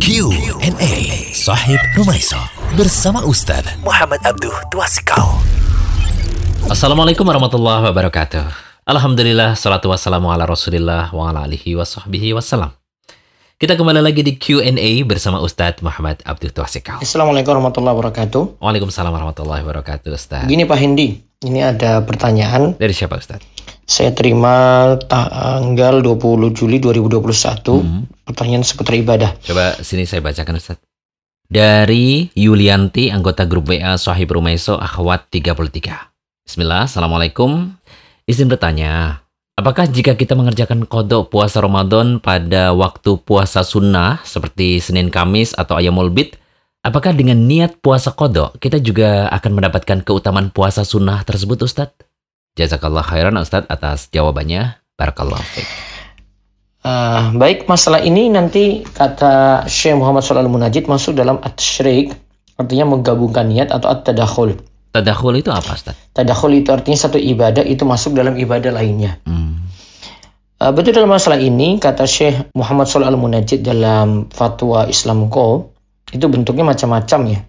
Q&A Sahib Rumaiso bersama Ustaz Muhammad Abduh Twasikal. Assalamualaikum warahmatullahi wabarakatuh. Alhamdulillah, salatu wassalamu ala rasulillah wa ala alihi wa sahbihi wassalam. Kita kembali lagi di Q&A bersama Ustaz Muhammad Abduh Twasikal. Assalamualaikum warahmatullahi wabarakatuh. Waalaikumsalam warahmatullahi wabarakatuh, Ustaz. Gini Pak Hendi, ini ada pertanyaan. Dari siapa, Ustaz? Saya terima tanggal 20 Juli 2021. Pertanyaan seputar ibadah. Coba sini saya bacakan, Ustaz. Dari Yulianti, anggota grup WA Sahib Rumaiso Akhwat 33. Bismillah, Assalamualaikum. Izin bertanya, apakah jika kita mengerjakan qadha puasa Ramadan pada waktu puasa sunnah seperti Senin Kamis atau Ayyamul Bid, apakah dengan niat puasa qadha kita juga akan mendapatkan keutamaan puasa sunnah tersebut, Ustaz? Jazakallah khairan, Ustaz, atas jawabannya. Barakallahu fiik. Baik, masalah ini nanti kata Syekh Muhammad Shalal Munajjid masuk dalam at-tasyrik, artinya menggabungkan niat atau at-tadakhul. Tadakhul itu apa, Ustaz? Tadakhul itu artinya satu ibadah itu masuk dalam ibadah lainnya. Betul, dalam masalah ini kata Syekh Muhammad Shalal Munajjid dalam Fatwa Islamco itu bentuknya macam-macam ya.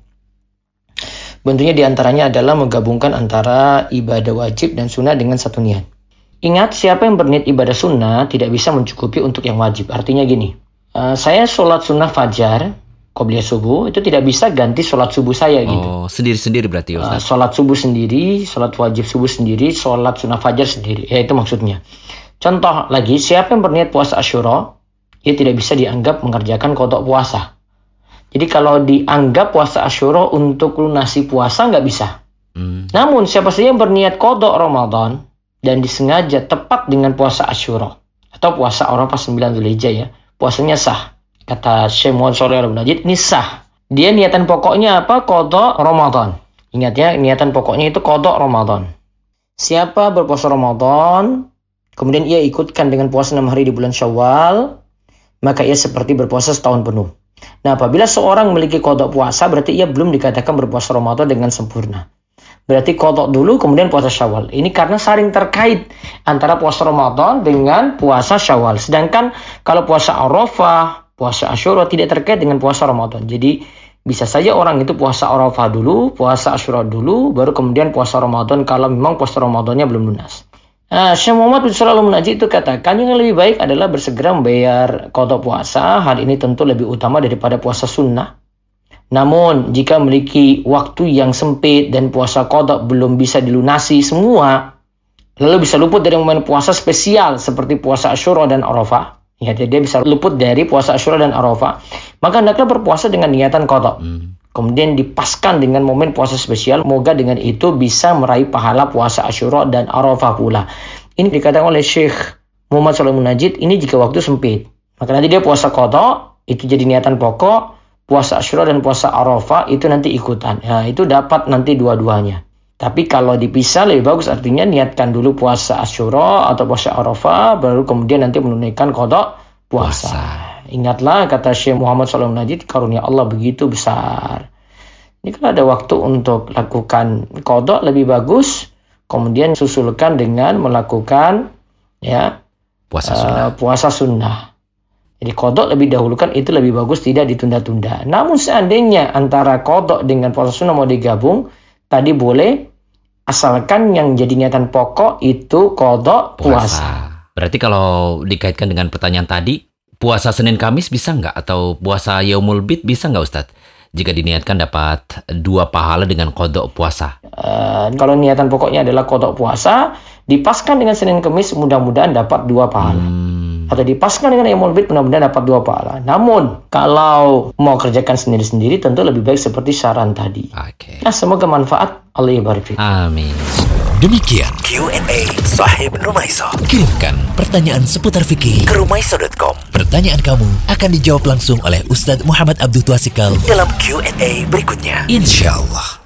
Bentuknya diantaranya adalah menggabungkan antara ibadah wajib dan sunnah dengan satu niat. Ingat, siapa yang berniat ibadah sunnah tidak bisa mencukupi untuk yang wajib. Artinya gini, saya sholat sunnah fajar, qobliyah subuh, itu tidak bisa ganti sholat subuh saya gitu. Oh, sendiri-sendiri berarti, Ustaz? Sholat subuh sendiri, sholat wajib subuh sendiri, sholat sunnah fajar sendiri. Ya, itu maksudnya. Contoh lagi, siapa yang berniat puasa Asyura, ia tidak bisa dianggap mengerjakan qadha puasa. Jadi kalau dianggap puasa Asyura untuk lunasi puasa nggak bisa. Namun siapa saja yang berniat qadha Ramadan dan disengaja tepat dengan puasa Asyura atau puasa Arafah 9 Dzulhijjah ya, puasanya sah. Kata Syekh Muhammad Shalal Munajjid, ini sah. Dia niatan pokoknya apa? Qadha Ramadan. Ingat ya, niatan pokoknya itu qadha Ramadan. Siapa berpuasa Ramadan, kemudian ia ikutkan dengan puasa 6 hari di bulan Syawal, maka ia seperti berpuasa setahun penuh. Nah, apabila seorang memiliki qadha puasa, berarti ia belum dikatakan berpuasa Ramadan dengan sempurna. Berarti qadha dulu, kemudian puasa Syawal. Ini karena saling terkait antara puasa Ramadan dengan puasa Syawal. Sedangkan kalau puasa Arafah, puasa Asyura tidak terkait dengan puasa Ramadan. Jadi bisa saja orang itu puasa Arafah dulu, puasa Asyura dulu, baru kemudian puasa Ramadan kalau memang puasa Ramadannya belum lunas. Nah, Syekh Muhammad Shalal Munajjid itu katakan yang lebih baik adalah bersegera membayar qadha puasa. Hal ini tentu lebih utama daripada puasa sunnah. Namun, jika memiliki waktu yang sempit dan puasa qadha belum bisa dilunasi semua, lalu bisa luput dari momen puasa spesial seperti puasa Asyura dan Arafah. Ya, dia bisa luput dari puasa Asyura dan Arafah, maka hendaklah berpuasa dengan niatan qadha. Kemudian dipaskan dengan momen puasa spesial, moga dengan itu bisa meraih pahala puasa Asyura dan Arafah pula. Ini dikatakan oleh Syekh Muhammad Shalal Munajjid, ini jika waktu sempit. Maka nanti dia puasa qadha, itu jadi niatan pokok, puasa Asyura dan puasa Arafah itu nanti ikutan. Nah, itu dapat nanti dua-duanya. Tapi kalau dipisah lebih bagus, artinya niatkan dulu puasa Asyura atau puasa Arafah, baru kemudian nanti menunaikan qadha puasa. Ingatlah kata Syekh Muhammad Shalal Munajjid, karunia Allah begitu besar. Ini kalau ada waktu untuk lakukan qadha lebih bagus, kemudian susulkan dengan melakukan ya puasa sunnah. Jadi qadha lebih dahulukan, itu lebih bagus, tidak ditunda-tunda. Namun seandainya antara qadha dengan puasa sunnah mau digabung, tadi boleh, asalkan yang jadi niatan pokok itu qadha puasa. Berarti kalau dikaitkan dengan pertanyaan tadi, puasa Senin Kamis bisa nggak? Atau puasa Yaumul Bid bisa nggak, Ustadz? Jika diniatkan dapat 2 pahala dengan qadha puasa. Kalau niatan pokoknya adalah qadha puasa, dipaskan dengan Senin Kamis, mudah-mudahan dapat 2 pahala. Atau dipaskan dengan Yaumul Bid, mudah-mudahan dapat 2 pahala. Namun, kalau mau kerjakan sendiri-sendiri, tentu lebih baik seperti saran tadi. Nah, semoga manfaat. Allah yabarik. Amin. Demikian Q&A Sahib Rumaiso. Kirimkan pertanyaan seputar fikih ke rumaiso.com. Pertanyaan kamu akan dijawab langsung oleh Ustaz Muhammad Abduh Twasikal dalam Q&A berikutnya, InsyaAllah.